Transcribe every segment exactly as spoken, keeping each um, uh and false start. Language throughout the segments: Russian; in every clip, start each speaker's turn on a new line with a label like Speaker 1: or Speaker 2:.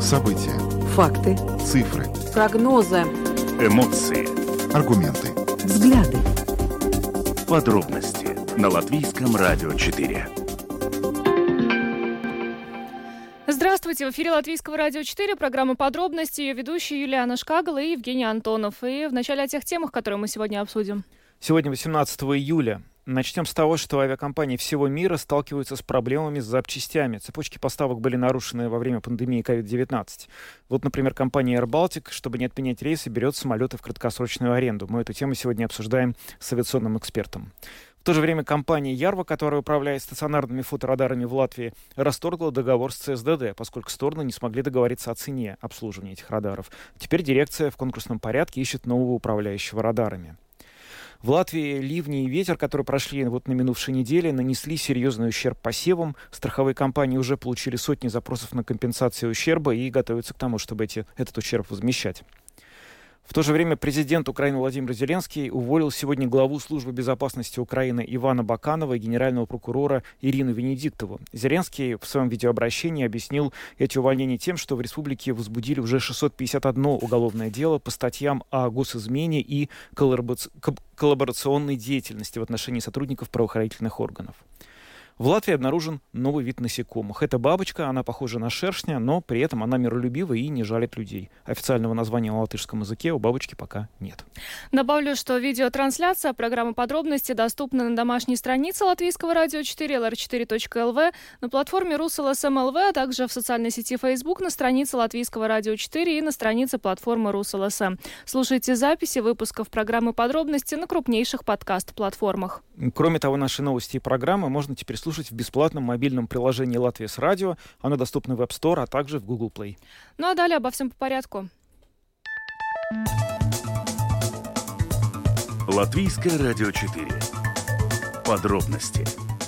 Speaker 1: События.
Speaker 2: Факты.
Speaker 1: Цифры.
Speaker 2: Прогнозы.
Speaker 3: Эмоции.
Speaker 1: Аргументы.
Speaker 2: Взгляды.
Speaker 3: Подробности на Латвийском радио четыре.
Speaker 4: Здравствуйте, в эфире Латвийского радио четыре, программа «Подробности», ее ведущие Юлиана Шкагала и Евгений Антонов. И в начале о тех темах, которые мы сегодня обсудим.
Speaker 5: Сегодня восемнадцатого июля. Начнем с того, что авиакомпании всего мира сталкиваются с проблемами с запчастями. Цепочки поставок были нарушены во время пандемии ковид девятнадцать. Вот, например, компания Air Baltic, чтобы не отменять рейсы, берет самолеты в краткосрочную аренду. Мы эту тему сегодня обсуждаем с авиационным экспертом. В то же время компания Ярва, которая управляет стационарными фоторадарами в Латвии, расторгла договор с ЦСДД, поскольку стороны не смогли договориться о цене обслуживания этих радаров. Теперь дирекция в конкурсном порядке ищет нового управляющего радарами. В Латвии ливни и ветер, которые прошли вот на минувшей неделе, нанесли серьезный ущерб посевам. Страховые компании уже получили сотни запросов на компенсацию ущерба и готовятся к тому, чтобы эти, этот ущерб возмещать. В то же время президент Украины Владимир Зеленский уволил сегодня главу службы безопасности Украины Ивана Баканова и генерального прокурора Ирину Венедиктову. Зеленский в своем видеообращении объяснил эти увольнения тем, что в республике возбудили уже шестьсот пятьдесят одно уголовное дело по статьям о госизмене и коллаборационной деятельности в отношении сотрудников правоохранительных органов. В Латвии обнаружен новый вид насекомых. Это бабочка, она похожа на шершня, но при этом она миролюбива и не жалит людей. Официального названия на латышском языке у бабочки пока нет.
Speaker 4: Добавлю, что видеотрансляция программы «Подробности» доступна на домашней странице Латвийского радио четыре, эл эр четыре точка эл ви, на платформе РусЛСМ эл ви, а также в социальной сети Facebook на странице Латвийского радио четыре и на странице платформы РусЛСМ. Слушайте записи выпусков программы «Подробности» на крупнейших подкаст-платформах.
Speaker 5: Кроме того, наши новости и программы можно теперь слушать в бесплатном мобильном приложении «Латвия с радио». Оно доступно в App Store, а также в Google Play.
Speaker 4: Ну а далее обо всем по порядку.
Speaker 3: Латвийское радио четыре. Подробности.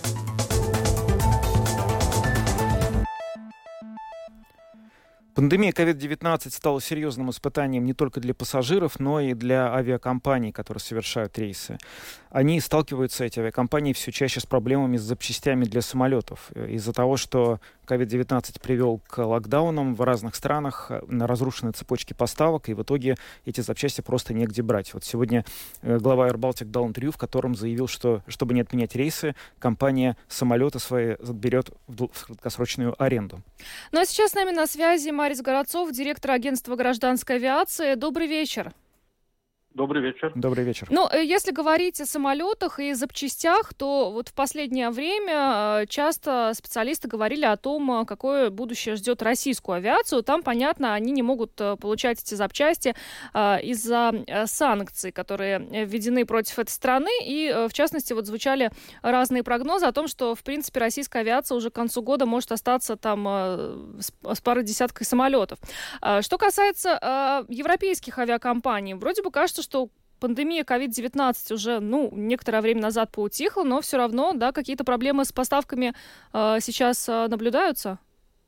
Speaker 5: Пандемия ковид девятнадцать стала серьезным испытанием не только для пассажиров, но и для авиакомпаний, которые совершают рейсы. Они сталкиваются, эти авиакомпании, все чаще с проблемами с запчастями для самолетов. Из-за того, что ковид девятнадцать привел к локдаунам в разных странах, разрушены цепочки поставок, и в итоге эти запчасти просто негде брать. Вот сегодня глава Air Baltic дал интервью, в котором заявил, что, чтобы не отменять рейсы, компания самолеты свои берет в краткосрочную аренду.
Speaker 4: Ну а сейчас с нами на связи Марис Городцов, директор агентства гражданской авиации. Добрый вечер.
Speaker 6: Добрый вечер.
Speaker 5: Добрый вечер.
Speaker 4: Ну, если говорить о самолетах и запчастях, то вот в последнее время часто специалисты говорили о том, какое будущее ждет российскую авиацию. Там, понятно, они не могут получать эти запчасти из-за санкций, которые введены против этой страны. И, в частности, вот звучали разные прогнозы о том, что, в принципе, российская авиация уже к концу года может остаться там с парой десяткой самолетов. Что касается европейских авиакомпаний, вроде бы кажется, что пандемия ковид девятнадцать уже, ну, некоторое время назад поутихла, но все равно, да, какие-то проблемы с поставками э, сейчас э, наблюдаются?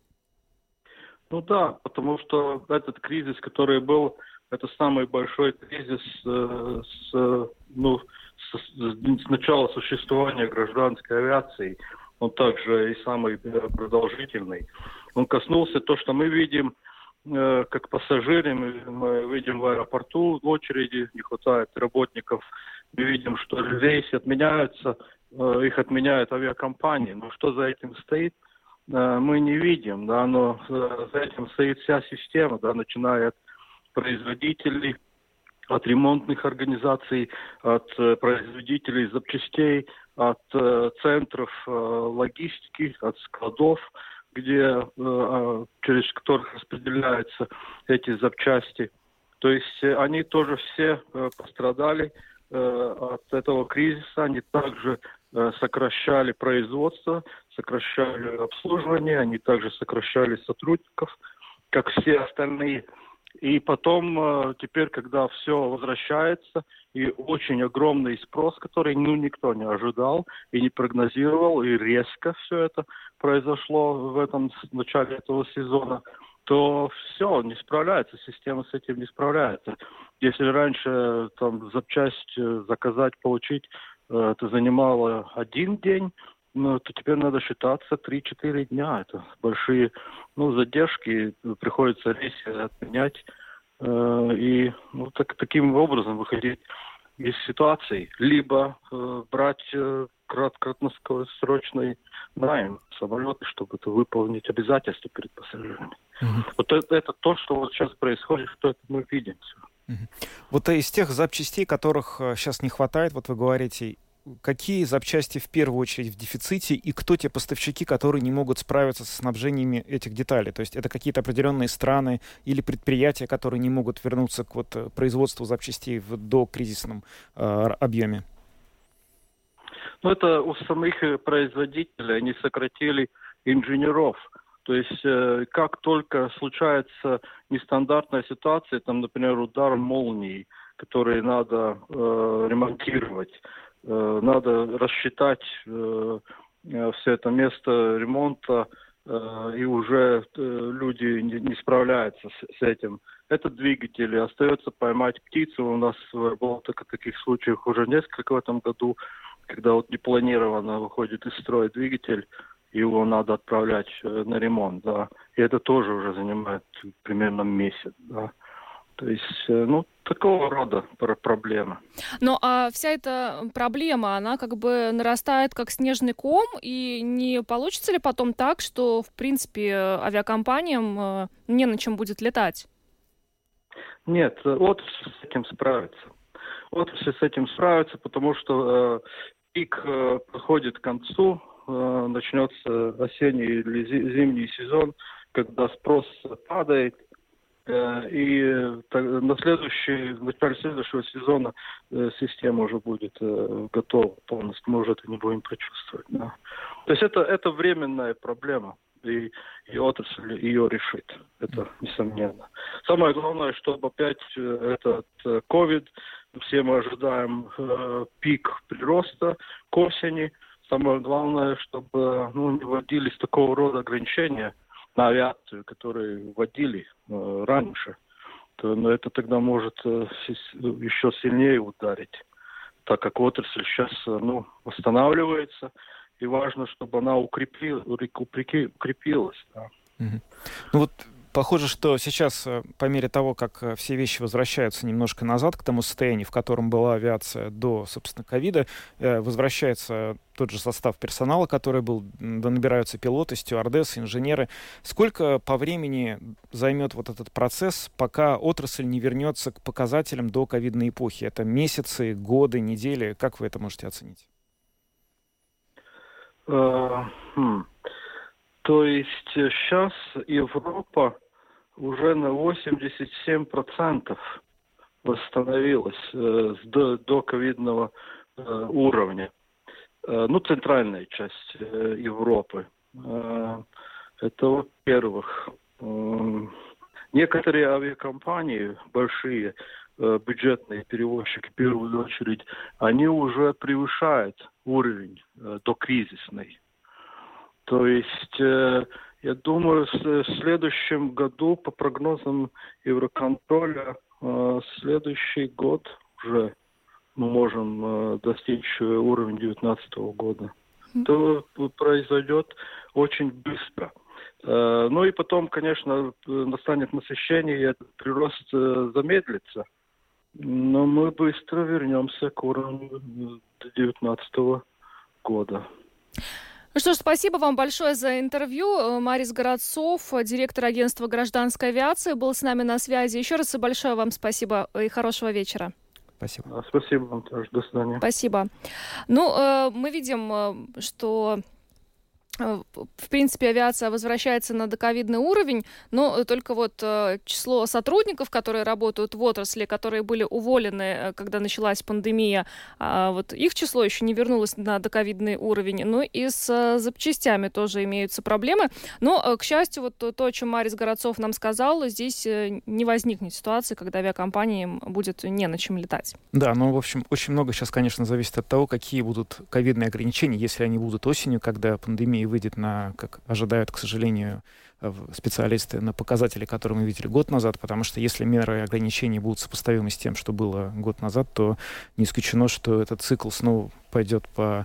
Speaker 6: Ну да, потому что этот кризис, который был, это самый большой кризис э, с, ну, с, с начала существования гражданской авиации. Он также и самый продолжительный. Он коснулся то, что мы видим как пассажиры, мы видим в аэропорту в очереди, не хватает работников, мы видим, что рейсы отменяются, их отменяют авиакомпании, но что за этим стоит, мы не видим, да, но за этим стоит вся система, да, начиная от производителей, от ремонтных организаций, от производителей запчастей, от центров логистики, от складов, где, э, через которых распределяются эти запчасти. То есть э, они тоже все э, пострадали э, от этого кризиса. Они также э, сокращали производство, сокращали обслуживание, они также сокращали сотрудников, как все остальные. И потом, э, теперь, когда все возвращается, и очень огромный спрос, который ну, никто не ожидал и не прогнозировал, и резко все это произошло в этом в начале этого сезона, то все, не справляется, система с этим не справляется. Если раньше там запчасть заказать, получить, это занимало один день, ну, то теперь надо считаться три-четыре дня. Это большие, ну, задержки, приходится рейсы отменять. Э, и ну, так, таким образом выходить из ситуации. Либо э, брать э, краткосрочный найм самолета, чтобы это выполнить обязательства перед пассажирами. Mm-hmm. Вот это, это то, что вот сейчас происходит, что это мы видим.
Speaker 5: Mm-hmm. Вот из тех запчастей, которых сейчас не хватает, вот вы говорите, какие запчасти в первую очередь в дефиците и кто те поставщики, которые не могут справиться с снабжениями этих деталей? То есть это какие-то определенные страны или предприятия, которые не могут вернуться к вот производству запчастей в докризисном э, объеме?
Speaker 6: Ну, это у самих производителей, они сократили инженеров. То есть, э, как только случается нестандартная ситуация, там, например, удар молнии, который надо э, ремонтировать, э, надо рассчитать э, все это место ремонта, э, и уже э, люди не, не справляются с, с этим. Это двигатели. Остается поймать птицу. У нас было таких случаев уже несколько в этом году, когда вот непланированно выходит из строя двигатель, его надо отправлять на ремонт, да. И это тоже уже занимает примерно месяц, да. То есть, ну, такого рода проблема.
Speaker 4: Ну, а вся эта проблема, она как бы нарастает как снежный ком, и не получится ли потом так, что, в принципе, авиакомпаниям не на чем будет летать?
Speaker 6: Нет, отрасль с этим справится. Отрасль с этим справится, потому что э, пик э, подходит к концу, э, начнется осенний или зимний сезон, когда спрос падает, э, и так, на следующий, в начале следующего сезона э, система уже будет э, готова полностью, мы уже это не будем прочувствовать. Да. То есть это, это временная проблема. И, и отрасль ее решит. Это несомненно. Самое главное, чтобы опять этот ковид, все мы ожидаем э, пик прироста к осени. Самое главное, чтобы ну, не вводились такого рода ограничения на авиацию, которые вводили э, раньше. То, но это тогда может э, еще сильнее ударить, так как отрасль сейчас э, ну, восстанавливается. И важно, чтобы она укрепила, укрепилась. Да.
Speaker 5: Mm-hmm. Ну вот похоже, что сейчас, по мере того, как все вещи возвращаются немножко назад к тому состоянию, в котором была авиация до, собственно, ковида, возвращается тот же состав персонала, который был, набираются пилоты, стюардессы, инженеры. Сколько по времени займет вот этот процесс, пока отрасль не вернется к показателям до ковидной эпохи? Это месяцы, годы, недели? Как вы это можете оценить?
Speaker 6: Uh, hmm. То есть сейчас Европа уже на восемьдесят семь процентов восстановилась э, до, до ковидного э, уровня. Э, ну, центральная часть э, Европы. Э, это, во-первых, э, некоторые авиакомпании большие, э, бюджетные перевозчики, в первую очередь, они уже превышают уровень э, докризисный. То есть, э, я думаю, в, в следующем году, по прогнозам Евроконтроля, э, следующий год уже мы можем э, достичь уровня две тысячи девятнадцатого года. Mm-hmm. Это произойдет очень быстро. Э, ну и потом, конечно, настанет насыщение, и этот прирост э, замедлится. Но мы быстро вернемся к уровню две тысячи девятнадцатого года.
Speaker 4: Ну что ж, спасибо вам большое за интервью. Марис Городцов, директор агентства гражданской авиации, был с нами на связи. Еще раз большое вам спасибо и хорошего вечера.
Speaker 5: Спасибо.
Speaker 6: Спасибо вам тоже. До свидания.
Speaker 4: Спасибо. Ну, мы видим, что... В принципе, авиация возвращается на доковидный уровень, но только вот число сотрудников, которые работают в отрасли, которые были уволены, когда началась пандемия, вот их число еще не вернулось на доковидный уровень. Ну и с запчастями тоже имеются проблемы. Но, к счастью, вот то, о чем Марис Городцов нам сказал, здесь не возникнет ситуации, когда авиакомпаниям будет не на чем летать.
Speaker 5: Да, ну, в общем, очень много сейчас, конечно, зависит от того, какие будут ковидные ограничения, если они будут осенью, когда пандемия выйдет на, как ожидают, к сожалению, специалисты, на показатели, которые мы видели год назад, потому что если меры ограничений будут сопоставимы с тем, что было год назад, то не исключено, что этот цикл снова пойдет по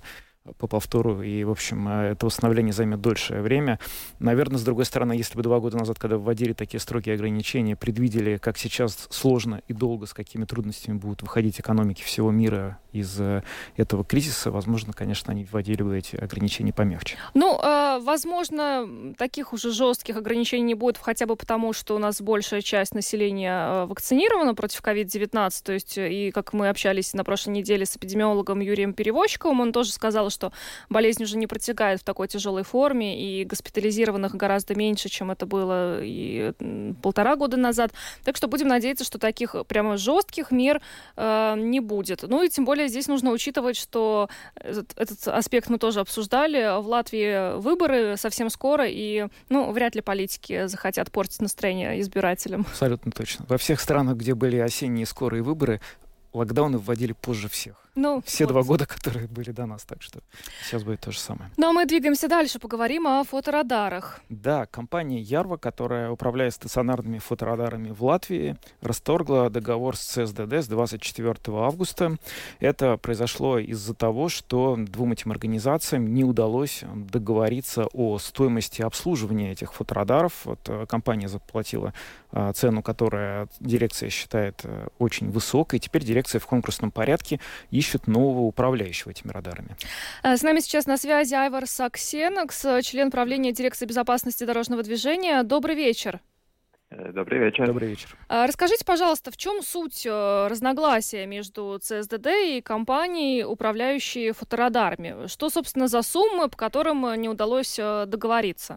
Speaker 5: по повтору, и, в общем, это восстановление займет дольшее время. Наверное, с другой стороны, если бы два года назад, когда вводили такие строгие ограничения, предвидели, как сейчас сложно и долго, с какими трудностями будут выходить экономики всего мира из этого кризиса, возможно, конечно, они вводили бы эти ограничения помягче.
Speaker 4: Ну, э, возможно, таких уже жестких ограничений не будет, хотя бы потому, что у нас большая часть населения вакцинирована против ковид девятнадцать, то есть, и как мы общались на прошлой неделе с эпидемиологом Юрием Перевозчиковым, он тоже сказал, что болезнь уже не протекает в такой тяжелой форме, и госпитализированных гораздо меньше, чем это было и полтора года назад. Так что будем надеяться, что таких прямо жестких мер э, не будет. Ну и тем более здесь нужно учитывать, что этот, этот аспект мы тоже обсуждали. В Латвии выборы совсем скоро, и ну, вряд ли политики захотят портить настроение избирателям.
Speaker 5: Абсолютно точно. Во всех странах, где были осенние скорые выборы, локдауны вводили позже всех.
Speaker 4: Ну,
Speaker 5: Все
Speaker 4: вот.
Speaker 5: два года, которые были до нас, так что сейчас будет то же самое.
Speaker 4: Ну, а мы двигаемся дальше, поговорим о фоторадарах.
Speaker 5: Да, компания Ярва, которая управляет стационарными фоторадарами в Латвии, расторгла договор с ЦСДД с двадцать четвёртого августа. Это произошло из-за того, что двум этим организациям не удалось договориться о стоимости обслуживания этих фоторадаров. Вот компания заплатила а, цену, которая дирекция считает а, очень высокой. Теперь дирекция в конкурсном порядке ищет нового управляющего этими радарами.
Speaker 4: С нами сейчас на связи Айвар Саксенакс, член правления дирекции безопасности дорожного движения. Добрый вечер.
Speaker 1: Добрый вечер.
Speaker 5: Добрый вечер.
Speaker 4: Расскажите, пожалуйста, в чем суть разногласия между ЦСДД и компанией, управляющей фоторадарами? Что, собственно, за суммы, по которым не удалось договориться?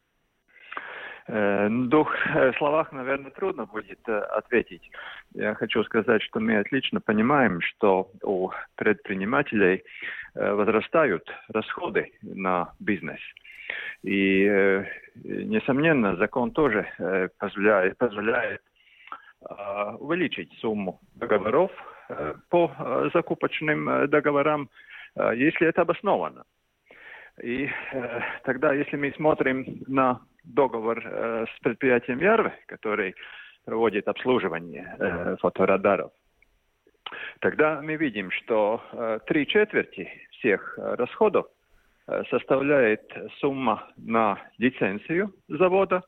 Speaker 1: В двух словах, наверное, трудно будет ответить. Я хочу сказать, что мы отлично понимаем, что у предпринимателей возрастают расходы на бизнес. И, несомненно, закон тоже позволяет, позволяет увеличить сумму договоров по закупочным договорам, если это обосновано. И тогда, если мы смотрим на договор э, с предприятием Ярвы, который проводит обслуживание э, фоторадаров, тогда мы видим, что э, три четверти всех э, расходов э, составляет сумма на лицензию завода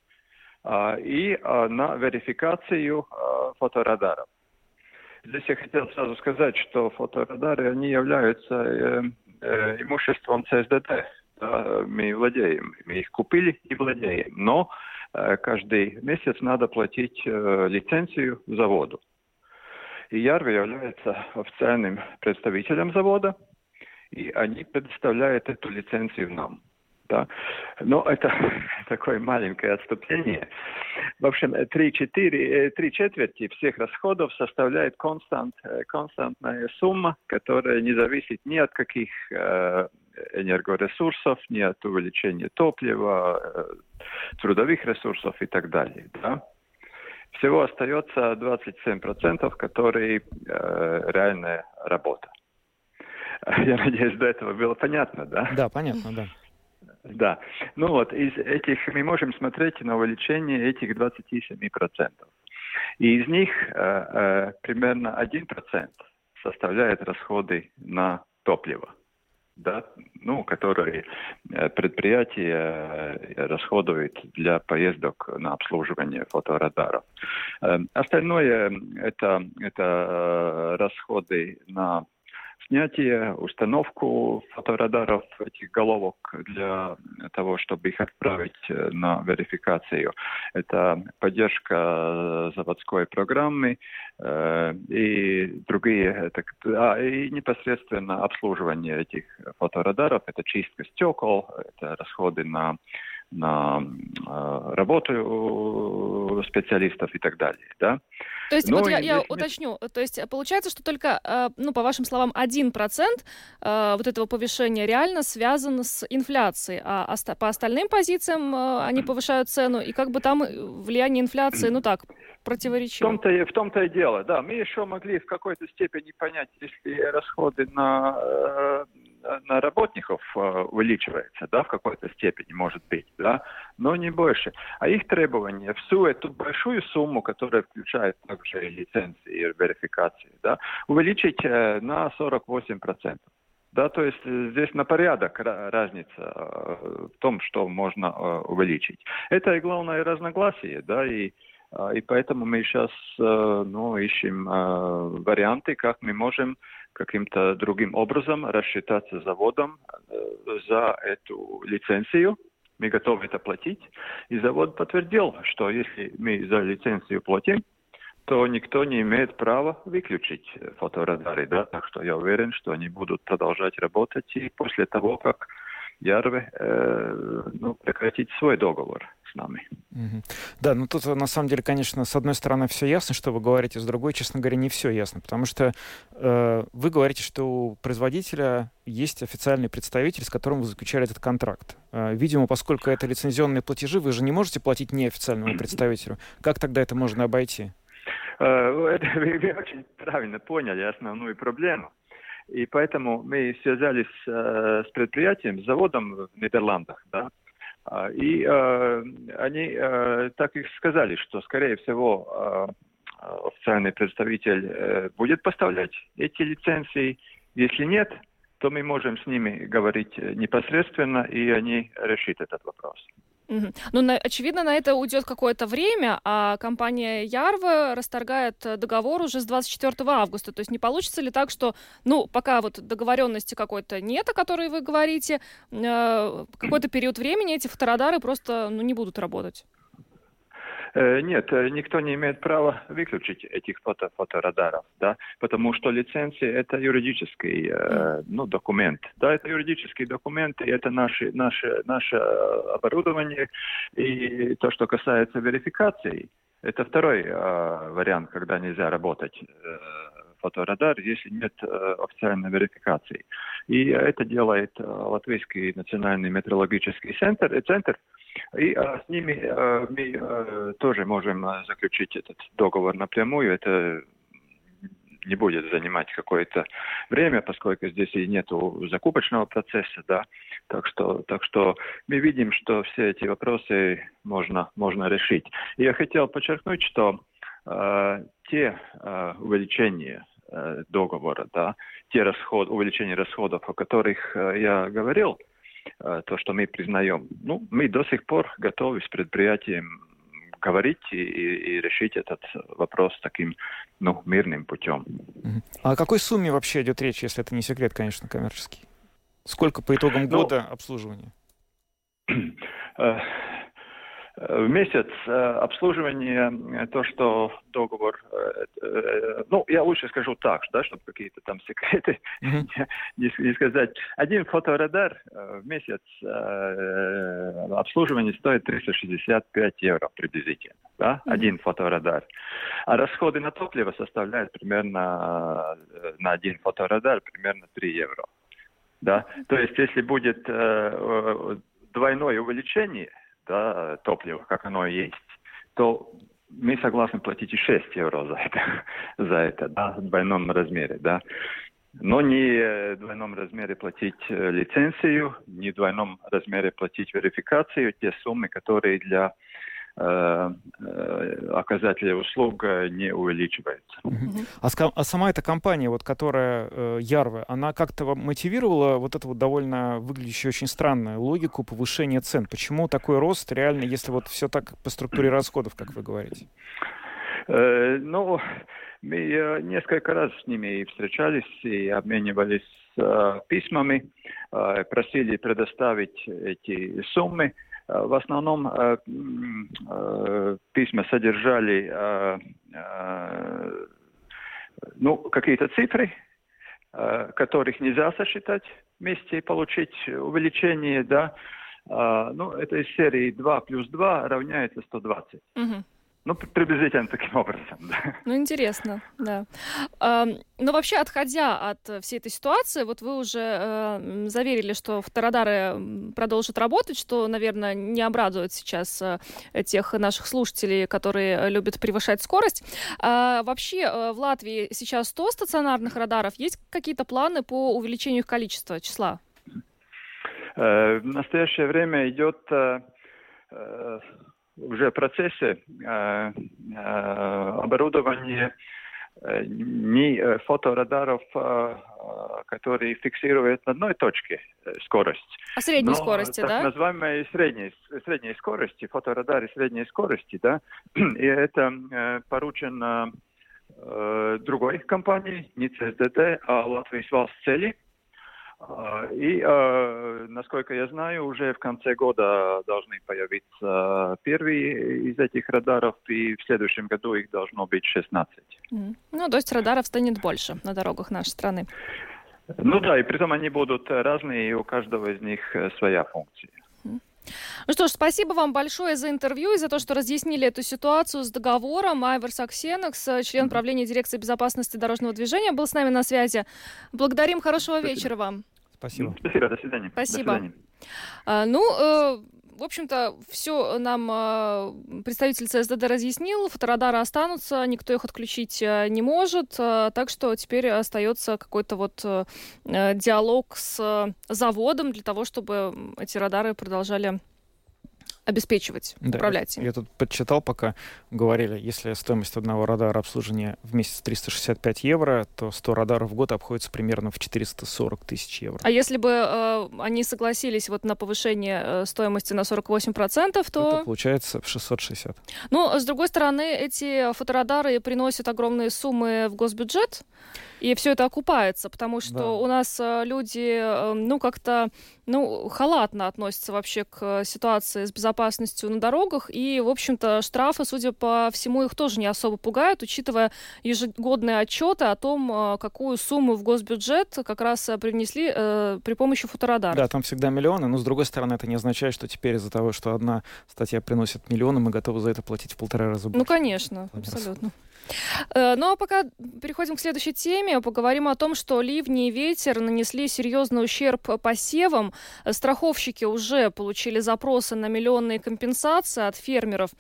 Speaker 1: э, и э, на верификацию э, фоторадаров. Здесь я хотел сразу сказать, что фоторадары, они являются э, э, имуществом ЦСДД. Да, мы владеем, мы их купили и владеем, но э, каждый месяц надо платить э, лицензию заводу. И Ярва является официальным представителем завода, и они предоставляют эту лицензию нам. Да. Но это такое маленькое отступление. В общем, три, четыре, три четверти всех расходов составляет констант, константная сумма, которая не зависит ни от каких э, энергоресурсов, ни от увеличения топлива, э, трудовых ресурсов и так далее. Да. Всего остается двадцать семь процентов, которые э, реальная работа. Я надеюсь, до этого было понятно, да?
Speaker 5: Да, понятно, да.
Speaker 1: Да. Ну вот, из этих мы можем смотреть на увеличение этих двадцати семи процентов. И из них э, э, примерно один процент составляет расходы на топливо, да, ну, которые э, предприятия э, расходуют для поездок на обслуживание фоторадаров. Э, остальное это, это э, расходы на снятие, установку фоторадаров, этих головок для того, чтобы их отправить на верификацию. Это поддержка заводской программы э, и другие, так, а, и непосредственно обслуживание этих фоторадаров. Это чистка стекол, это расходы на на э, работу специалистов и так далее, да.
Speaker 4: То есть,
Speaker 1: Но
Speaker 4: вот я, я
Speaker 1: здесь...
Speaker 4: уточню, то есть получается, что только, э, ну, по вашим словам, один процент э, вот этого повышения реально связан с инфляцией, а оста- по остальным позициям э, они повышают цену, и как бы там влияние инфляции, ну так, противоречиво.
Speaker 1: В том-то, и, в том-то и дело, да. Мы еще могли в какой-то степени понять, если расходы на, э, на работников э, увеличиваются, да, в какой-то степени, может быть, да, но не больше. А их требования, всю эту большую сумму, которая включает также лицензии и верификации, да, увеличить э, на сорок восемь процентов. Да, то есть здесь на порядок разница в том, что можно увеличить. Это и главное разногласие, да, и, и поэтому мы сейчас ну, ищем варианты, как мы можем каким-то другим образом рассчитаться заводом за эту лицензию. Мы готовы это платить. И завод подтвердил, что если мы за лицензию платим, то никто не имеет права выключить фоторадары, да, так что я уверен, что они будут продолжать работать и после того, как Ярве э, ну, прекратит свой договор с нами.
Speaker 5: Mm-hmm. Да, ну тут на самом деле, конечно, с одной стороны все ясно, что вы говорите, с другой, честно говоря, не все ясно, потому что э, вы говорите, что у производителя есть официальный представитель, с которым вы заключали этот контракт. Э, видимо, поскольку это лицензионные платежи, вы же не можете платить неофициальному представителю. Как тогда это можно обойти?
Speaker 1: Это вы, вы очень правильно поняли основную проблему. И поэтому мы связались э, с предприятием, с заводом в Нидерландах, да, и э, они э, так и сказали, что, скорее всего, э, официальный представитель э, будет поставлять эти лицензии. Если нет, то мы можем с ними говорить непосредственно, и они решат этот вопрос.
Speaker 4: Mm-hmm. Ну, на, очевидно, на это уйдет какое-то время, а компания Ярве расторгает договор уже с двадцать четвёртого августа. То есть не получится ли так, что, ну, пока вот договоренности какой-то нет, о которой вы говорите, э, какой-то период времени эти фоторадары просто ну, не будут работать?
Speaker 1: Нет, никто не имеет права выключить этих фото, фоторадаров, да, потому что лицензия – это юридический э, ну, документ. Да, это юридический документ, и это наше, наше, наше оборудование. И то, что касается верификации, это второй э, вариант, когда нельзя работать э, фоторадар, если нет э, официальной верификации. И это делает э, Латвийский национальный метеорологический центр, э, центр и а, с ними а, мы а, тоже можем а, заключить этот договор напрямую. Это не будет занимать какое-то время, поскольку здесь и нету закупочного процесса, да. Так что, так что мы видим, что все эти вопросы можно, можно решить. И я хотел подчеркнуть, что а, те а, увеличения а, договора, да, те расход, увеличения расходов, о которых а, я говорил, то, что мы признаем. Ну, мы до сих пор готовы с предприятием говорить и, и, и решить этот вопрос таким, ну, мирным путем.
Speaker 5: А о какой сумме вообще идет речь, если это не секрет, конечно, коммерческий? Сколько по итогам ну, года обслуживания?
Speaker 1: В месяц обслуживание, то, что договор, ну, я лучше скажу так, да, чтобы какие-то там секреты mm-hmm. не, не сказать. Один фоторадар в месяц обслуживание стоит триста шестьдесят пять евро приблизительно, да, mm-hmm. один фоторадар. А расходы на топливо составляют примерно на один фоторадар примерно три евро, да. То есть, если будет двойное увеличение, да, топлива, как оно и есть, то мы согласны платить и шесть евро за это, за это, да, в двойном размере, да. Но не в двойном размере платить лицензию, не в двойном размере платить верификацию, те суммы, которые для э, э, оказателя услуг не увеличиваются.
Speaker 5: Mm-hmm. А, а сама эта компания, вот, которая э, Ярве, она как-то мотивировала вот эту вот довольно выглядящую очень странную логику повышения цен? Почему такой рост реально, если вот все так по структуре расходов, как вы говорите?
Speaker 1: Э, ну, мы э, несколько раз с ними встречались и обменивались э, письмами, э, просили предоставить эти суммы. В основном э, э, письма содержали э, э, ну, какие-то цифры, э, которых нельзя сосчитать вместе и получить увеличение, да. Э, ну, это из серии два плюс два равняется сто двадцать. Угу. Ну, приблизительно таким образом, да.
Speaker 4: Ну, интересно, да. А, но вообще, отходя от всей этой ситуации, вот вы уже э, заверили, что фоторадары продолжат работать, что, наверное, не обрадует сейчас э, тех наших слушателей, которые любят превышать скорость. А вообще, э, в Латвии сейчас сто стационарных радаров. Есть какие-то планы по увеличению их количества, числа?
Speaker 1: Э, в настоящее время идет... Э, э, уже в процессе э, э, оборудование не фоторадаров, которые фиксируют на одной точке скорость.
Speaker 4: А средней
Speaker 1: но
Speaker 4: скорости,
Speaker 1: так
Speaker 4: да?
Speaker 1: Так называемые средней, средней скорости, фоторадары средней скорости, да, и это поручено другой компании, не ЦСДТ, а Латвийс Valsts ceļi. И, э, насколько я знаю, уже в конце года должны появиться первые из этих радаров, и в следующем году их должно быть шестнадцать.
Speaker 4: Mm. Ну, то есть радаров станет больше на дорогах нашей страны.
Speaker 1: Ну да, и притом они будут разные, и у каждого из них своя функция.
Speaker 4: Ну что ж, спасибо вам большое за интервью и за то, что разъяснили эту ситуацию с договором. Айвар Саксенакс, член правления дирекции безопасности дорожного движения, был с нами на связи. Благодарим, хорошего
Speaker 1: Спасибо.
Speaker 4: вечера вам.
Speaker 5: Спасибо.
Speaker 1: Спасибо, до свидания.
Speaker 4: Спасибо.
Speaker 1: До свидания.
Speaker 4: А, ну, э, в общем-то, все нам э, представитель ЦСДД разъяснил. Фоторадары останутся, никто их отключить э, не может. Э, так что теперь остается какой-то вот э, диалог с э, заводом для того, чтобы эти радары продолжали обеспечивать,
Speaker 5: да,
Speaker 4: управлять им.
Speaker 5: Я тут подсчитал, пока говорили, если стоимость одного радара обслуживания в месяц триста шестьдесят пять евро, то сто радаров в год обходится примерно в четыреста сорок тысяч евро.
Speaker 4: А если бы э, они согласились вот на повышение э, стоимости на сорок восемь процентов, то...
Speaker 5: Это получается в шестьсот шестьдесят.
Speaker 4: Ну, с другой стороны, эти фоторадары приносят огромные суммы в госбюджет, и все это окупается, потому что
Speaker 5: да.
Speaker 4: у нас люди, ну, как-то, ну, халатно относятся вообще к ситуации с безопасностью на дорогах, и, в общем-то, штрафы, судя по всему, их тоже не особо пугают, учитывая ежегодные отчеты о том, какую сумму в госбюджет как раз привнесли э, при помощи фоторадаров.
Speaker 5: Да, там всегда миллионы, но, с другой стороны, это не означает, что теперь из-за того, что одна статья приносит миллионы, мы готовы за это платить в полтора раза больше.
Speaker 4: Ну, конечно, абсолютно. Ну а пока переходим к следующей теме. Поговорим о том, что ливни и ветер нанесли серьезный ущерб посевам. Страховщики уже получили запросы на миллионные компенсации от фермеров.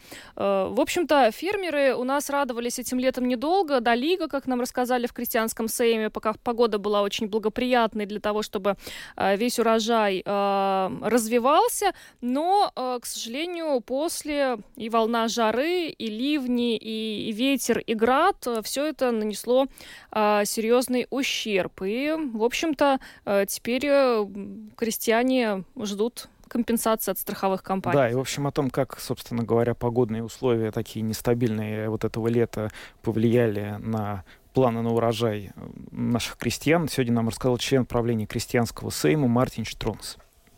Speaker 4: В общем-то, фермеры у нас радовались этим летом недолго. До лига, как нам рассказали в крестьянском сейме, пока погода была очень благоприятной для того, чтобы весь урожай развивался. Но, к сожалению, после и волна жары, и ливни, и ветер, и град, все это нанесло а, серьезный ущерб. И, в общем-то, а, теперь а, крестьяне ждут компенсации от страховых компаний.
Speaker 5: Да, и, в общем, о том, как, собственно говоря, погодные условия такие нестабильные вот этого лета повлияли на планы на урожай наших крестьян, сегодня нам рассказал член правления крестьянского сейма Мартин Štruns.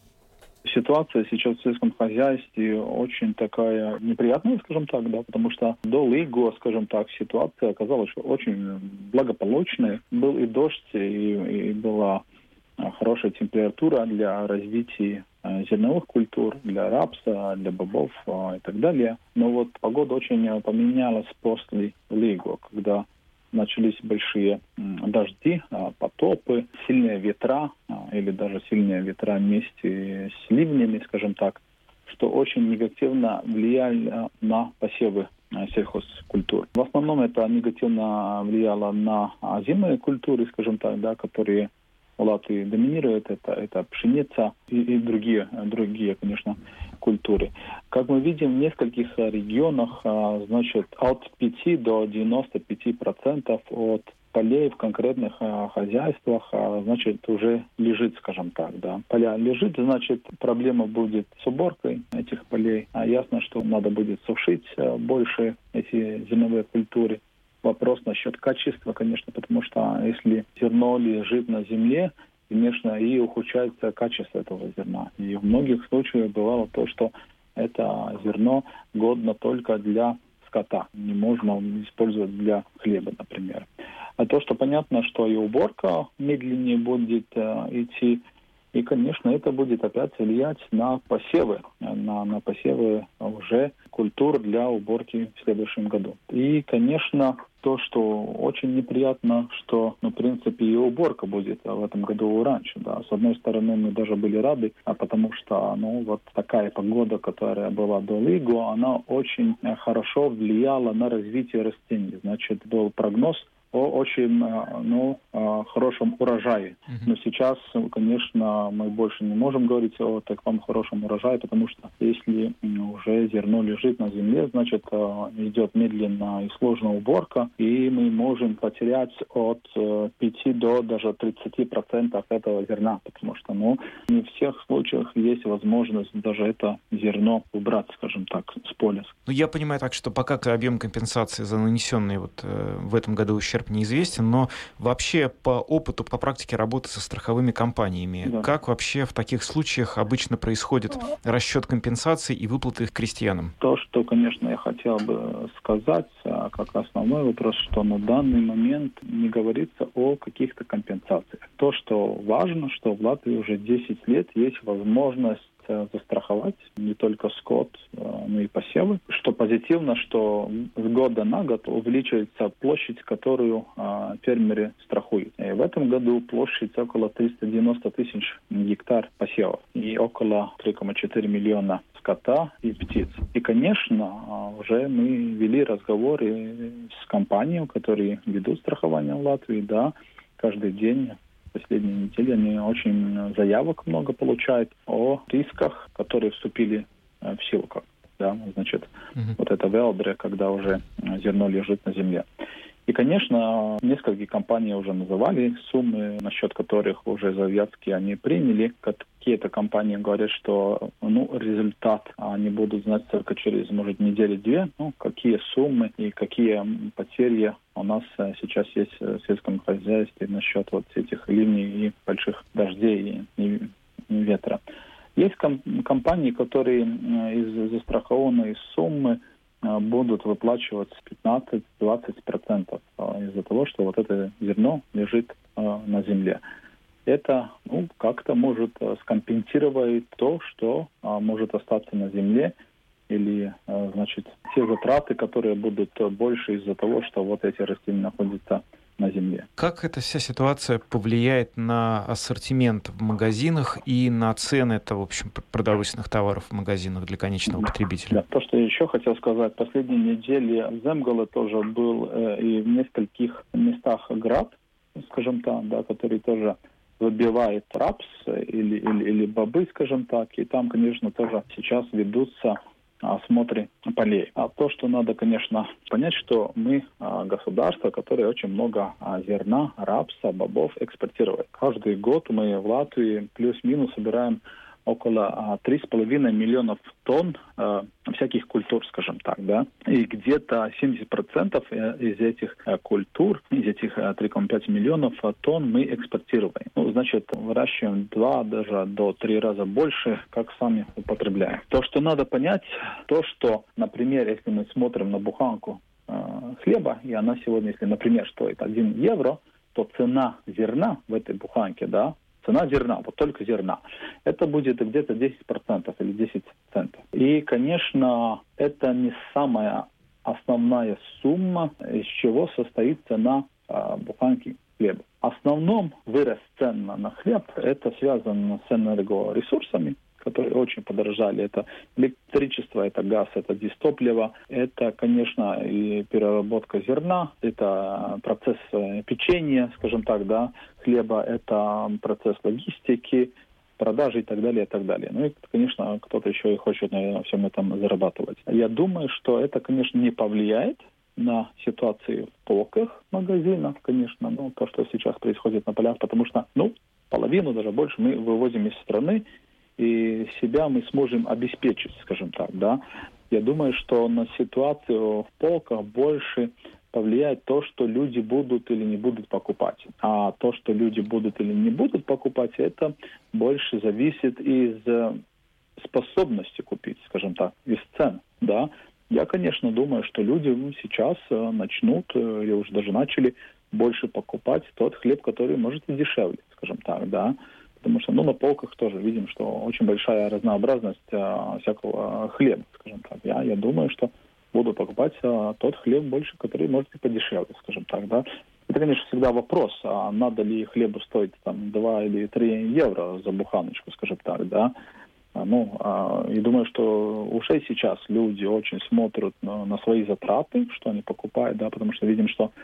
Speaker 7: Ситуация сейчас в сельском хозяйстве очень такая неприятная, скажем так, да, потому что до Лиго, скажем так, ситуация оказалась очень благополучной. Был и дождь, и, и была хорошая температура для развития зерновых культур, для рапса, для бобов и так далее. Но вот погода очень поменялась после Лиго, когда начались большие дожди, потопы, сильные ветра или даже сильные ветра вместе с ливнями, скажем так, что очень негативно влияли на посевы сельхозкультур. В основном это негативно влияло на озимые культуры, скажем так, да, которые в Латвии доминируют, это, это пшеница и, и другие, другие, конечно, культуры. Как мы видим, в нескольких регионах, значит, от пяти до девяноста пяти процентов от полей в конкретных хозяйствах, значит, уже лежит, скажем так, да. Поля лежит, значит, проблема будет с уборкой этих полей. А ясно, что надо будет сушить больше эти зерновые культуры. Вопрос насчет качества, конечно, потому что если зерно лежит на земле, конечно, и ухудшается качество этого зерна. И в многих случаях бывало то, что это зерно годно только для скота. Не можно использовать для хлеба, например. А то, что понятно, что и уборка медленнее будет э, идти, и, конечно, это будет опять влиять на посевы, на, на посевы уже культур для уборки в следующем году. И, конечно, то, что очень неприятно, что, ну, в принципе, и уборка будет в этом году раньше. Да. С одной стороны, мы даже были рады, а потому что, ну, вот такая погода, которая была до Лиго, она очень хорошо влияла на развитие растений. Значит, был прогноз о очень ну, хорошем урожае. Uh-huh. Но сейчас, конечно, мы больше не можем говорить о таком хорошем урожае, потому что если уже зерно лежит на земле, значит, идет медленная и сложная уборка, и мы можем потерять от пяти до даже тридцати процентов этого зерна, потому что ну, не в всех случаях есть возможность даже это зерно убрать, скажем так, с поля.
Speaker 5: Ну, я понимаю так, что пока объем компенсации за нанесенный вот, э, в этом году ущерб неизвестен, но вообще по опыту, по практике работы со страховыми компаниями, да. Как вообще в таких случаях обычно происходит расчет компенсаций и выплаты их крестьянам?
Speaker 7: То, что, конечно, я хотел бы сказать, как основной вопрос, что на данный момент не говорится о каких-то компенсациях. То, что важно, что в Латвии уже десять лет есть возможность застраховать не только скот, но и посевы. Что позитивно, что с года на год увеличивается площадь, которую а, фермеры страхуют. И в этом году площадь около триста девяносто тысяч гектар посевов и около три целых четыре миллиона скота и птиц. И, конечно, уже мы вели разговоры с компаниями, которые ведут страхование в Латвии, да, каждый день. Последние недели они очень заявок много получают о рисках, которые вступили в силу. Как, да, значит, uh-huh. вот это велдре, когда уже зерно лежит на земле. И, конечно, несколько компаний уже называли суммы, насчет которых уже заявки они приняли. Какие-то компании говорят, что ну, результат они будут знать только через, может, недели-две. Ну, какие суммы и какие потери у нас сейчас есть в сельском хозяйстве насчет вот этих ливней и больших дождей и, и ветра. Есть ком- компании, которые из застрахованной суммы будут выплачиваться пятнадцать-двадцать процентов из-за того, что вот это зерно лежит э, на земле. Это ну, как-то может скомпенсировать то, что э, может остаться на земле, или э, значит, те затраты, которые будут больше из-за того, что вот эти растения находятся на земле.
Speaker 5: Как эта вся ситуация повлияет на ассортимент в магазинах и на цены, это, в общем, продовольственных товаров в магазинах для конечного потребителя?
Speaker 7: Да. То, что я еще хотел сказать, последние недели Земгала тоже был э, и в нескольких местах град, скажем так, да, который тоже выбивает рапс или, или, или бобы, скажем так, и там, конечно, тоже сейчас ведутся осмотры полей. А то, что надо, конечно, понять, что мы а, государство, которое очень много а, зерна, рапса, бобов экспортирует. Каждый год мы в Латвии плюс-минус собираем около три с половиной миллионов тонн э, всяких культур, скажем так, да, и где-то семьдесят процентов из этих э, культур, из этих э, три целых пять миллионов тонн мы экспортируем. Ну, значит, выращиваем два, даже до три раза больше, как сами употребляем. То, что надо понять, то, что, например, если мы смотрим на буханку э, хлеба, и она сегодня, если, например, стоит один евро, то цена зерна в этой буханке, да, цена зерна, вот только зерна, это будет где-то десять процентов или десять центов. И, конечно, это не самая основная сумма, из чего состоит цена э, буханки хлеба. В основном вырос цен на хлеб, это связано с энергоресурсами, которые очень подорожали. Это электричество, это газ, это дистопливо, это, конечно, и переработка зерна, это процесс печенья, скажем так, да, хлеба, это процесс логистики, продажи и так далее, и так далее. Ну и, конечно, кто-то еще и хочет на всем этом зарабатывать. Я думаю, что это, конечно, не повлияет на ситуацию в полках магазинов, конечно, ну, то, что сейчас происходит на полях, потому что, ну, половину, даже больше мы вывозим из страны, и себя мы сможем обеспечить, скажем так, да. Я думаю, что на ситуацию в полках больше повлияет то, что люди будут или не будут покупать. А то, что люди будут или не будут покупать, это больше зависит из способности купить, скажем так, из цен, да. Я, конечно, думаю, что люди сейчас начнут, или уже даже начали, больше покупать тот хлеб, который может и дешевле, скажем так, да. Потому что, ну, на полках тоже видим, что очень большая разнообразность а, всякого хлеба, скажем так. Я, я думаю, что буду покупать а, тот хлеб больше, который может и подешевле, скажем так, да. Это, конечно, всегда вопрос, а надо ли хлебу стоить там два или три евро за буханочку, скажем так, да. А, ну, а, и думаю, что уже сейчас люди очень смотрят на, на свои затраты, что они покупают, да, потому что видим, что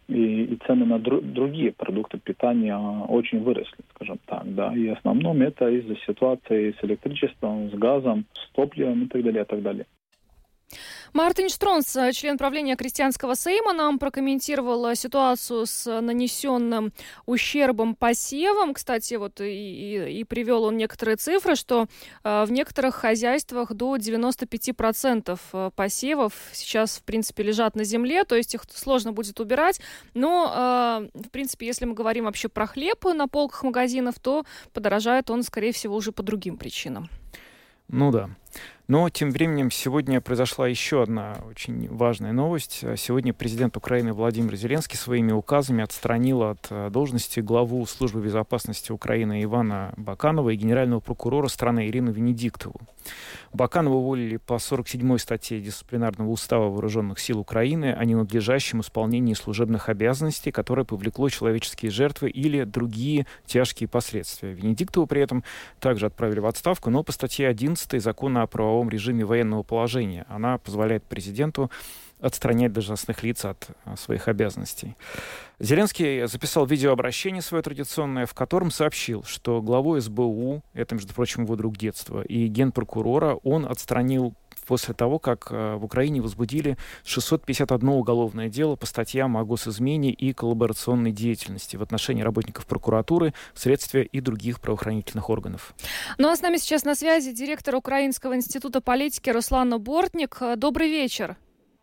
Speaker 7: и, и цены на дру, другие продукты питания очень выросли, скажем так, да. И в основном это из-за ситуации с электричеством, с газом, с топливом и так далее, и так далее.
Speaker 4: Мартин Штронс, член правления Крестьянского Сейма, нам прокомментировал ситуацию с нанесенным ущербом посевам. Кстати, вот и, и, и привел он некоторые цифры, что э, в некоторых хозяйствах до девяносто пять процентов посевов сейчас, в принципе, лежат на земле, то есть их сложно будет убирать. Но, э, в принципе, если мы говорим вообще про хлеб на полках магазинов, то подорожает он, скорее всего, уже по другим причинам.
Speaker 5: Ну да. Но тем временем сегодня произошла еще одна очень важная новость. Сегодня президент Украины Владимир Зеленский своими указами отстранил от должности главу Службы безопасности Украины Ивана Баканова и генерального прокурора страны Ирину Венедиктову. Баканова уволили по сорок седьмой статье Дисциплинарного устава Вооруженных сил Украины о ненадлежащем исполнении служебных обязанностей, которое повлекло человеческие жертвы или другие тяжкие последствия. Венедиктову при этом также отправили в отставку, но по статье одиннадцатой Закона о правовом режиме военного положения. Она позволяет президенту отстранять должностных лиц от своих обязанностей. Зеленский записал видеообращение свое традиционное, в котором сообщил, что главу эс бэ у, это, между прочим, его друг детства, и генпрокурора он отстранил после того, как в Украине возбудили шестьсот пятьдесят одно уголовное дело по статьям о госизмене и коллаборационной деятельности в отношении работников прокуратуры, следствия и других правоохранительных органов.
Speaker 4: Ну а с нами сейчас на связи директор Украинского института политики Руслан Бортник. Добрый вечер.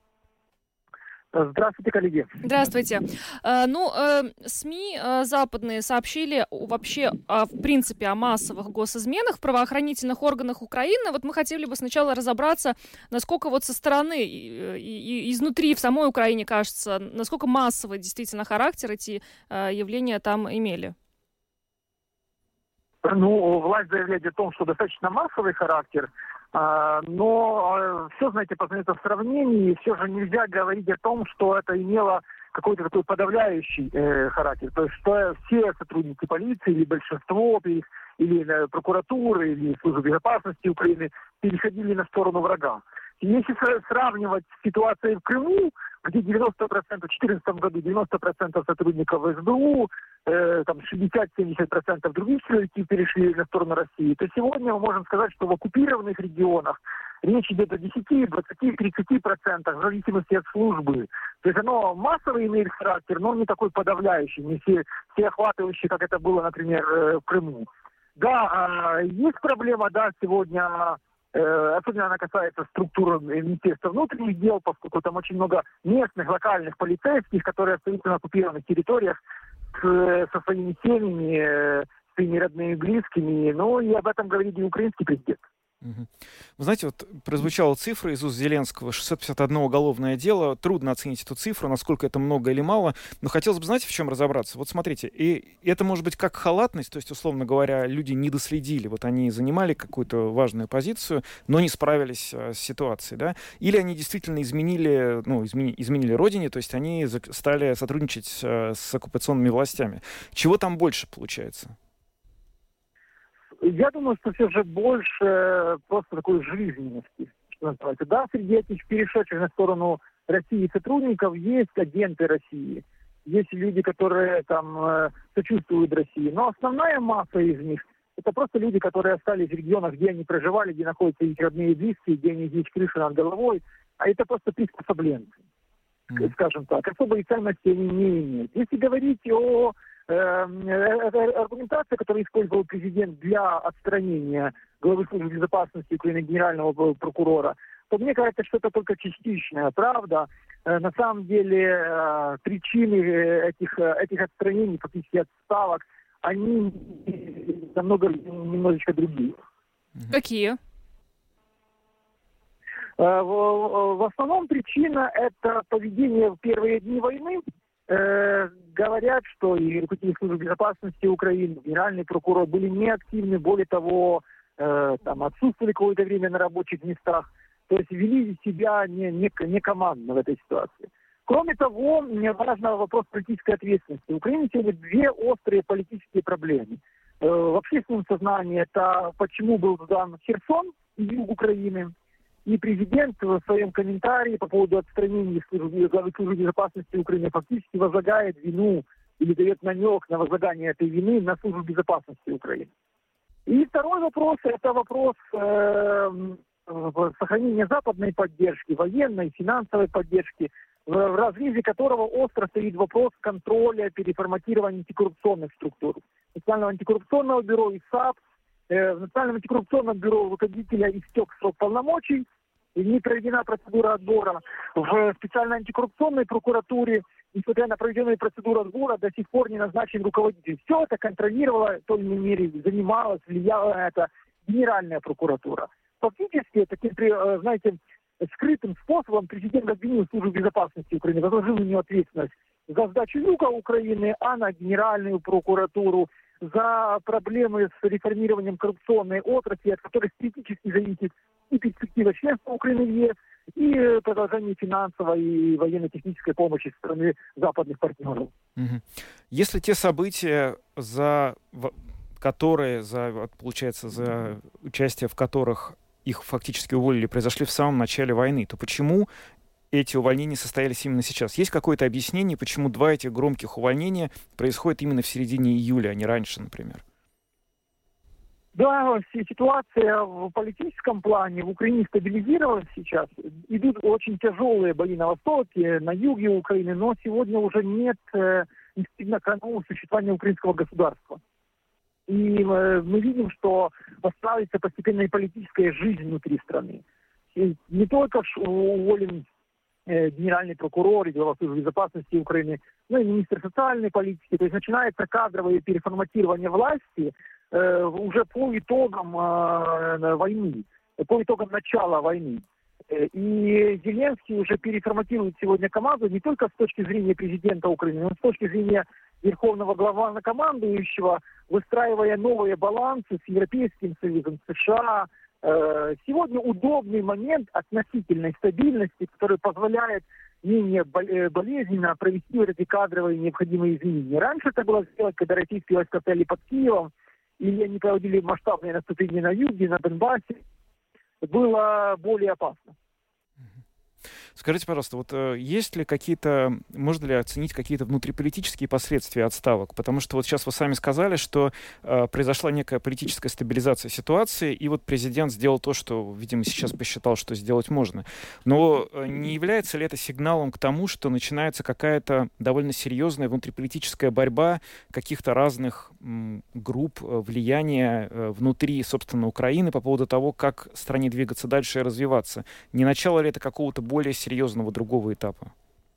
Speaker 8: Здравствуйте, коллеги.
Speaker 4: Здравствуйте. Ну, СМИ западные сообщили вообще, в принципе, о массовых госизменах в правоохранительных органах Украины. Вот мы хотели бы сначала разобраться, насколько вот со стороны и изнутри в самой Украине, кажется, насколько массовый действительно характер эти явления там имели.
Speaker 8: Ну, власть заявляет о том, что достаточно массовый характер, но все, знаете, познается в сравнении, все же нельзя говорить о том, что это имело какой-то такой подавляющий э, характер. То есть, что все сотрудники полиции, или большинство их, или э, прокуратуры, или службы безопасности Украины переходили на сторону врага. И если сравнивать с ситуацией в Крыму, где девяносто процентов, в две тысячи четырнадцатом году девяносто процентов сотрудников эс бэ у, э, там шестьдесят-семьдесят процентов других силовиков перешли на сторону России, то сегодня мы можем сказать, что в оккупированных регионах речь идет о десяти, двадцати, тридцати процентах, в зависимости от службы. То есть оно массовый имеет характер, но не такой подавляющий, не все, всеохватывающий, как это было, например, в Крыму. Да, есть проблема, да, сегодня... Особенно она касается структуры Министерства внутренних дел, поскольку там очень много местных, локальных полицейских, которые остаются на оккупированных территориях с, со своими семьями, своими родными и близкими. Ну и об этом говорит и украинский президент.
Speaker 5: Угу. Вы знаете, вот прозвучала цифра из уст Зеленского, шестьсот пятьдесят одно уголовное дело. Трудно оценить эту цифру, насколько это много или мало, но хотелось бы, знаете, в чем разобраться? Вот смотрите, и это может быть как халатность, то есть, условно говоря, люди не доследили, вот они занимали какую-то важную позицию, но не справились а, с ситуацией, да? Или они действительно изменили, ну, измени, изменили родине, то есть они стали сотрудничать а, с оккупационными властями. Чего там больше получается?
Speaker 8: Я думаю, что все же больше просто такой жизненности, что называется. Да, среди этих перешедших на сторону России сотрудников есть агенты России, есть люди, которые там сочувствуют России, но основная масса из них это просто люди, которые остались в регионах, где они проживали, где находятся их родные и близкие, где у них есть крыша над головой, а это просто приспособленцы, mm. скажем так. Особой ценности они не имеют. Если говорить о аргументация, которую использовал президент для отстранения главы службы безопасности Украины генерального прокурора, то мне кажется, что это только частичная правда. На самом деле причины этих, этих отстранений, фактически отставок, они намного, немножечко другие.
Speaker 4: Какие?
Speaker 8: В, в основном причина это поведение в первые дни войны. Говорят, что и руководители службы безопасности Украины, генеральный прокурор были неактивны, более того, э, там отсутствовали какое-то время на рабочих местах, то есть вели себя не, не, не командно в этой ситуации. Кроме того, мне важен вопрос политической ответственности. В Украине сегодня две острые политические проблемы. Э, в общественном сознании это почему был сдан Херсон и юг Украины, И президент в своем комментарии по поводу отстранения главы службы безопасности Украины фактически возлагает вину или дает намек на возлагание этой вины на службу безопасности Украины. И второй вопрос – это вопрос э, сохранения западной поддержки, военной, финансовой поддержки, в, в разрезе которого остро стоит вопрос контроля переформатирования антикоррупционных структур. Национального антикоррупционного бюро и САП. Э, в Национальном антикоррупционном бюро руководителя истек срок полномочий, и не проведена процедура отбора. В специальной антикоррупционной прокуратуре, несмотря на проведенную процедуру отбора, до сих пор не назначен руководитель. Все это контролировала, в той или иной мере занималась, влияла на это Генеральная прокуратура. Фактически, таким, знаете, скрытым способом президент обвинил службу безопасности Украины, возложил на нее ответственность за сдачу юга Украины, а на Генеральную прокуратуру, за проблемы с реформированием коррупционной отрасли, от которых критически зависит и перспектива членства Украины в ЕС, и продолжение финансовой и военно-технической помощи со стороны западных партнеров.
Speaker 5: Угу. Если те события, за которые, за, получается, за участие в которых их фактически уволили, произошли в самом начале войны, то почему эти увольнения состоялись именно сейчас? Есть какое-то объяснение, почему два этих громких увольнения происходят именно в середине июля, а не раньше, например?
Speaker 8: Да, ситуация в политическом плане в Украине стабилизировалась сейчас. Идут очень тяжелые бои на востоке, на юге Украины, но сегодня уже нет э, на кону существования украинского государства. И э, мы видим, что восстанавливается постепенно и политическая жизнь внутри страны. И не только уволен э, генеральный прокурор и глава службы безопасности Украины, но и министр социальной политики. То есть начинается кадровое переформатирование власти э, уже по итогам э, войны, по итогам начала войны. И Зеленский уже переформатирует сегодня команду не только с точки зрения президента Украины, но и с точки зрения верховного главнокомандующего, выстраивая новые балансы с Европейским Союзом, США. Сегодня удобный момент относительной стабильности, который позволяет менее болезненно провести вот эти кадровые необходимые изменения. Раньше это было сделать, когда российские войска стояли под Киевом, или они проводили масштабные наступления на юге, на Донбассе, было более опасно.
Speaker 5: Скажите, пожалуйста, вот э, есть ли какие-то, можно ли оценить какие-то внутриполитические последствия отставок? Потому что вот сейчас вы сами сказали, что э, произошла некая политическая стабилизация ситуации, и вот президент сделал то, что, видимо, сейчас посчитал, что сделать можно. Но э, не является ли это сигналом к тому, что начинается какая-то довольно серьезная внутриполитическая борьба каких-то разных м, групп э, влияния э, внутри, собственно, Украины по поводу того, как стране двигаться дальше и развиваться? Не начало ли это какого-то более серьезного другого этапа?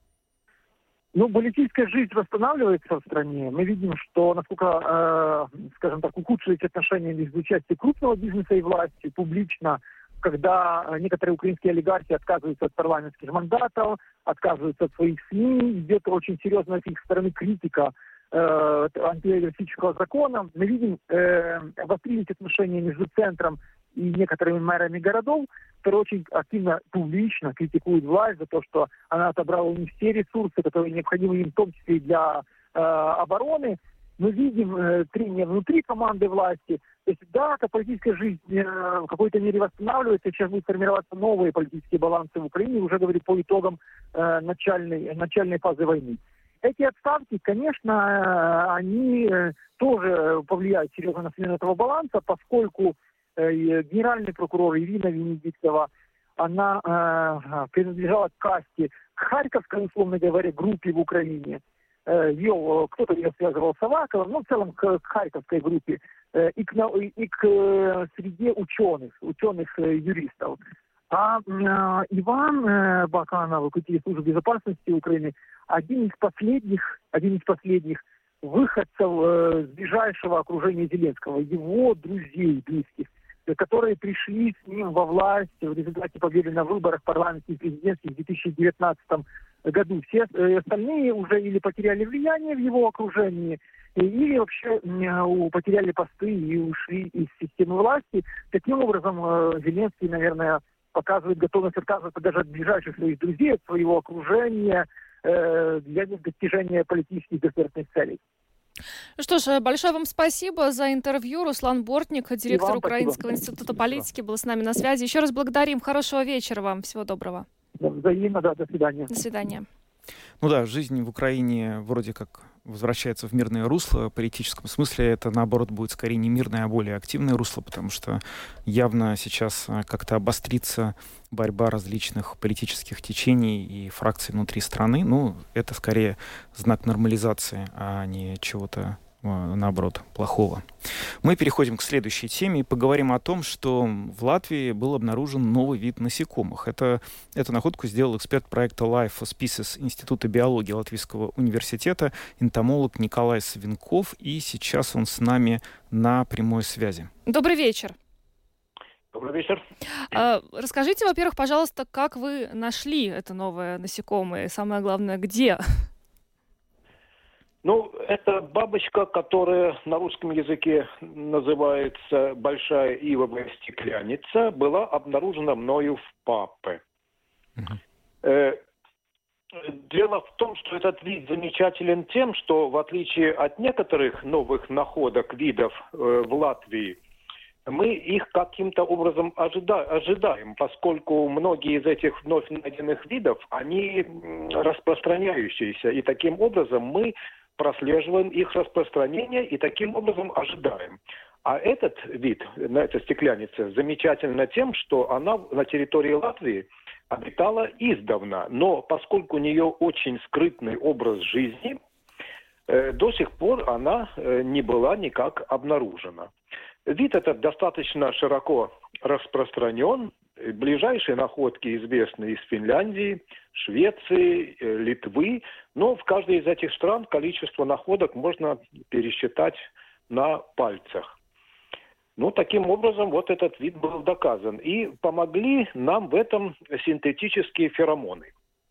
Speaker 8: Ну, политическая жизнь восстанавливается в стране. Мы видим, что насколько, э, скажем так, ухудшились отношения между участием крупного бизнеса и власти публично, когда некоторые украинские олигархи отказываются от парламентских мандатов, отказываются от своих СМИ, идет очень серьезная с их стороны критика э, антиолигархического закона. Мы видим, э, обострились отношения между центром и некоторыми мэрами городов, которые очень активно, публично критикуют власть за то, что она отобрала у них все ресурсы, которые необходимы им, в том числе и для э, обороны. Мы видим э, трение внутри команды власти. То есть, да, эта политическая жизнь э, в какой-то мере восстанавливается, сейчас будут формироваться новые политические балансы в Украине, уже говорю по итогам э, начальной, начальной фазы войны. Эти отставки, конечно, э, они э, тоже повлияют серьезно на смену этого баланса, поскольку генеральный прокурор Ирина Венедиктова, она э, принадлежала к касте, к харьковской, условно говоря, группе в Украине. Э, ее, кто-то ее связывал с Аваковым, ну, в целом к, к харьковской группе, э, и, к, и к э, среде ученых, ученых-юристов. А э, Иван э, Баканов, руководитель службы безопасности Украины, один из последних, один из последних выходцев э, с ближайшего окружения Зеленского, его друзей близких, которые пришли с ним во власть в результате победы на выборах парламентских и президентских в две тысячи девятнадцатом году. Все остальные уже или потеряли влияние в его окружении, или вообще потеряли посты и ушли из системы власти. Таким образом, Зеленский, наверное, показывает готовность отказываться даже от ближайших своих друзей, от своего окружения для достижения политических государственных целей.
Speaker 4: Ну что ж, большое вам спасибо за интервью. Руслан Бортник, директор Украинского
Speaker 8: спасибо.
Speaker 4: института политики, был с нами на связи. Еще раз благодарим. Хорошего вечера вам. Всего доброго.
Speaker 8: Взаимно, да, до свидания.
Speaker 4: До свидания.
Speaker 5: Ну да, жизнь в Украине вроде как возвращается в мирное русло. В политическом смысле это, наоборот, будет скорее не мирное, а более активное русло, потому что явно сейчас как-то обострится борьба различных политических течений и фракций внутри страны. Ну, это скорее знак нормализации, а не чего-то, наоборот, плохого. Мы переходим к следующей теме и поговорим о том, что в Латвии был обнаружен новый вид насекомых. Это, эту находку сделал эксперт проекта Life for Species Института биологии Латвийского университета, энтомолог Николай Савенков, и сейчас он с нами на прямой связи.
Speaker 4: Добрый вечер.
Speaker 9: Добрый вечер.
Speaker 4: А, расскажите, во-первых, пожалуйста, как вы нашли это новое насекомое, и самое главное, где?
Speaker 9: Ну, это бабочка, которая на русском языке называется большая ивовая стекляница, была обнаружена мною в Папе. Uh-huh. Э, дело в том, что этот вид замечателен тем, что в отличие от некоторых новых находок видов э, в Латвии, мы их каким-то образом ожида- ожидаем, поскольку многие из этих вновь найденных видов, они распространяющиеся, и таким образом мы прослеживаем их распространение и таким образом ожидаем. А этот вид, эта стекляница, замечательна тем, что она на территории Латвии обитала издавна, но поскольку у нее очень скрытный образ жизни, э, до сих пор она э, не была никак обнаружена. Вид этот достаточно широко распространен. Ближайшие находки известны из Финляндии, Швеции, Литвы, но в каждой из этих стран количество находок можно пересчитать на пальцах. Ну, таким образом, вот этот вид был доказан. И помогли нам в этом синтетические феромоны.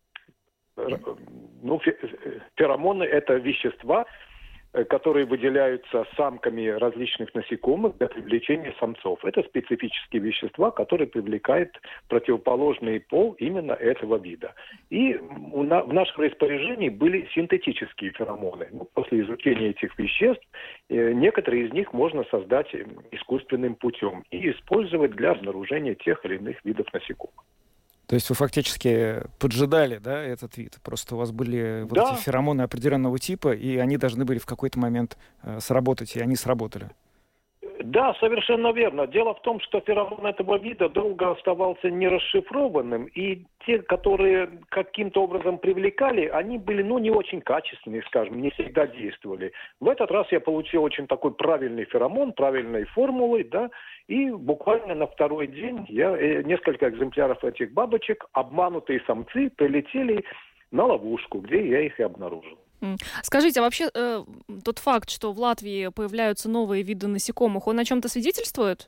Speaker 9: Ну, феромоны – это вещества, которые выделяются самками различных насекомых для привлечения самцов. Это специфические вещества, которые привлекают противоположный пол именно этого вида. И в нашем распоряжении были синтетические феромоны. Ну, после изучения этих веществ некоторые из них можно создать искусственным путем и использовать для обнаружения тех или иных видов насекомых.
Speaker 5: То есть вы фактически поджидали, да, этот вид? Просто у вас были вот
Speaker 9: да.
Speaker 5: эти феромоны определенного типа, и они должны были в какой-то момент э, сработать, и они сработали.
Speaker 9: Да, совершенно верно. Дело в том, что феромон этого вида долго оставался нерасшифрованным, и те, которые каким-то образом привлекали, они были, ну, не очень качественные, скажем, не всегда действовали. В этот раз я получил очень такой правильный феромон, правильной формулой, да, и буквально на второй день я, несколько экземпляров этих бабочек, обманутые самцы, прилетели на ловушку, где я их и обнаружил.
Speaker 4: Скажите, а вообще э, тот факт, что в Латвии появляются новые виды насекомых, он о чем-то свидетельствует?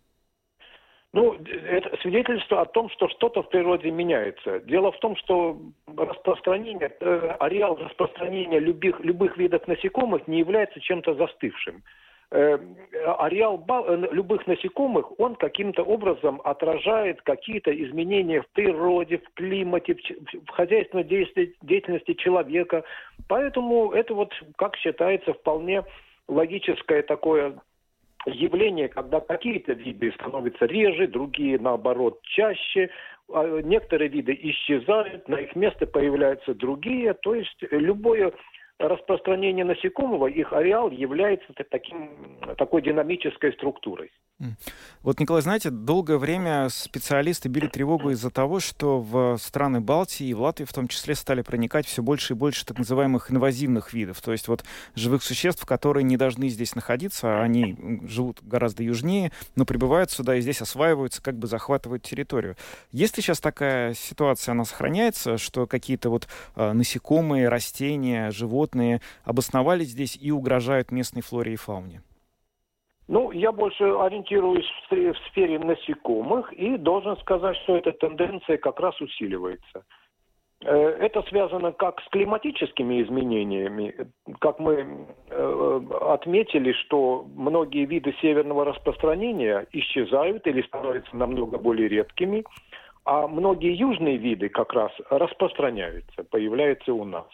Speaker 9: Ну, это свидетельство о том, что что-то в природе меняется. Дело в том, что распространение, э, ареал распространения любых, любых видов насекомых не является чем-то застывшим. Э, ареал ба- любых насекомых, он каким-то образом отражает какие-то изменения в природе, в климате, в, в хозяйственной деятельности человека. Поэтому это вот, как считается, вполне логическое такое явление, когда какие-то виды становятся реже, другие, наоборот, чаще. Некоторые виды исчезают, на их место появляются другие. То есть любое распространение насекомого, их ареал является таким, такой динамической структурой.
Speaker 5: Вот, Николай, знаете, долгое время специалисты били тревогу из-за того, что в страны Балтии и в Латвии в том числе стали проникать все больше и больше так называемых инвазивных видов, то есть вот живых существ, которые не должны здесь находиться, они живут гораздо южнее, но прибывают сюда и здесь осваиваются, как бы захватывают территорию. Есть ли сейчас такая ситуация, она сохраняется, что какие-то вот э, насекомые, растения, животные обосновались здесь и угрожают местной флоре и фауне?
Speaker 9: Ну, я больше ориентируюсь в сфере насекомых и должен сказать, что эта тенденция как раз усиливается. Это связано как с климатическими изменениями. Как мы отметили, что многие виды северного распространения исчезают или становятся намного более редкими, а многие южные виды как раз распространяются, появляются у нас.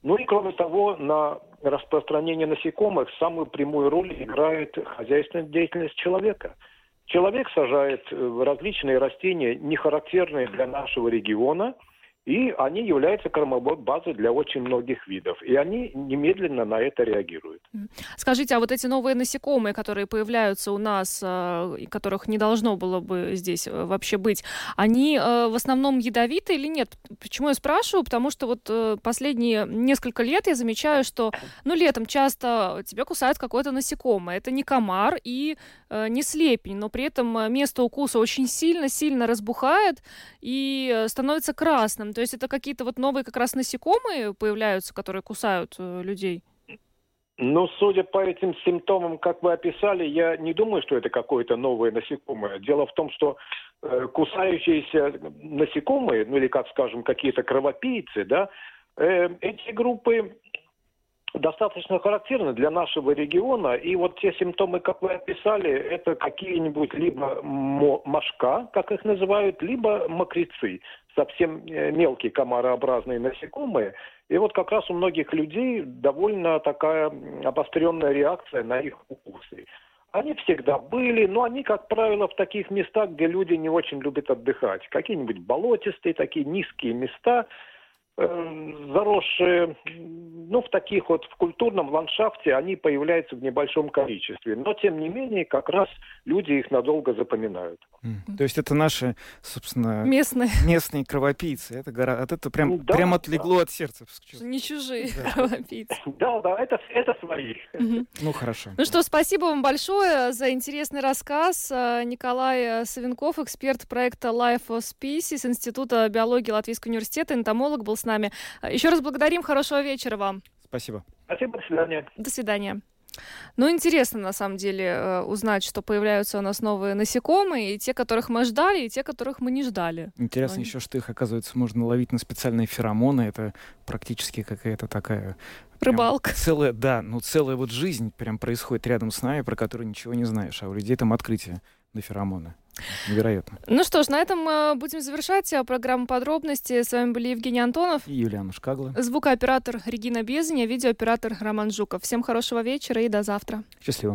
Speaker 9: Ну и кроме того, на распространение насекомых самую прямую роль играет хозяйственная деятельность человека. Человек сажает различные растения, не характерные для нашего региона, и они являются кормовой базой для очень многих видов. И они немедленно на это реагируют.
Speaker 4: Скажите, а вот эти новые насекомые, которые появляются у нас, и которых не должно было бы здесь вообще быть, они в основном ядовиты или нет? Почему я спрашиваю? Потому что вот последние несколько лет я замечаю, что ну, летом часто тебя кусает какое-то насекомое. Это не комар и не слепень, но при этом место укуса очень сильно-сильно разбухает и становится красным. То есть это какие-то вот новые как раз насекомые появляются, которые кусают э, людей?
Speaker 9: Ну, судя по этим симптомам, как вы описали, я не думаю, что это какое-то новое насекомое. Дело в том, что э, кусающиеся насекомые, ну или, как скажем, какие-то кровопийцы, да, э, эти группы достаточно характерны для нашего региона. И вот те симптомы, как вы описали, это какие-нибудь либо мошка, как их называют, либо мокрецы. Совсем мелкие комарообразные насекомые. И вот как раз у многих людей довольно такая обостренная реакция на их укусы. Они всегда были, но они, как правило, в таких местах, где люди не очень любят отдыхать. Какие-нибудь болотистые, такие низкие места, заросшие, ну, в таких вот, в культурном ландшафте они появляются в небольшом количестве. Но, тем не менее, как раз люди их надолго запоминают.
Speaker 5: Mm. То есть это наши, собственно,
Speaker 4: местные,
Speaker 5: местные кровопийцы. Это, гора... от это прям,
Speaker 9: да,
Speaker 5: прям отлегло
Speaker 9: да.
Speaker 5: от сердца.
Speaker 4: Не чужие
Speaker 5: да.
Speaker 4: кровопийцы.
Speaker 9: Да, да, это, это свои.
Speaker 4: Mm-hmm.
Speaker 5: Ну, хорошо.
Speaker 4: Ну что, спасибо вам большое за интересный рассказ. Николай Савенков, эксперт проекта Life of Species Института биологии Латвийского университета, энтомолог, был с нами. Еще раз благодарим. Хорошего вечера вам.
Speaker 5: Спасибо.
Speaker 9: Спасибо, до свидания.
Speaker 4: До свидания. Ну, интересно, на самом деле, узнать, что появляются у нас новые насекомые, и те, которых мы ждали, и те, которых мы не ждали.
Speaker 5: Интересно
Speaker 4: Но...
Speaker 5: еще, что их, оказывается, можно ловить на специальные феромоны. Это практически какая-то такая...
Speaker 4: Рыбалка.
Speaker 5: Целая, да, ну целая вот жизнь прям происходит рядом с нами, про которую ничего не знаешь. А у людей там открытие на феромоны. Невероятно.
Speaker 4: Ну что ж, на этом мы будем завершать программу «Подробности». С вами были Евгений Антонов
Speaker 5: и Юлиана Шкагла.
Speaker 4: Звукооператор Регина Безаня, видеооператор Роман Жуков. Всем хорошего вечера и до завтра.
Speaker 5: Счастливо.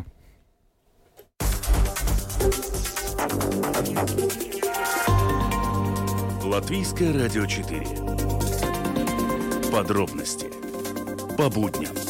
Speaker 3: Латвийское радио четыре. Подробности по будням.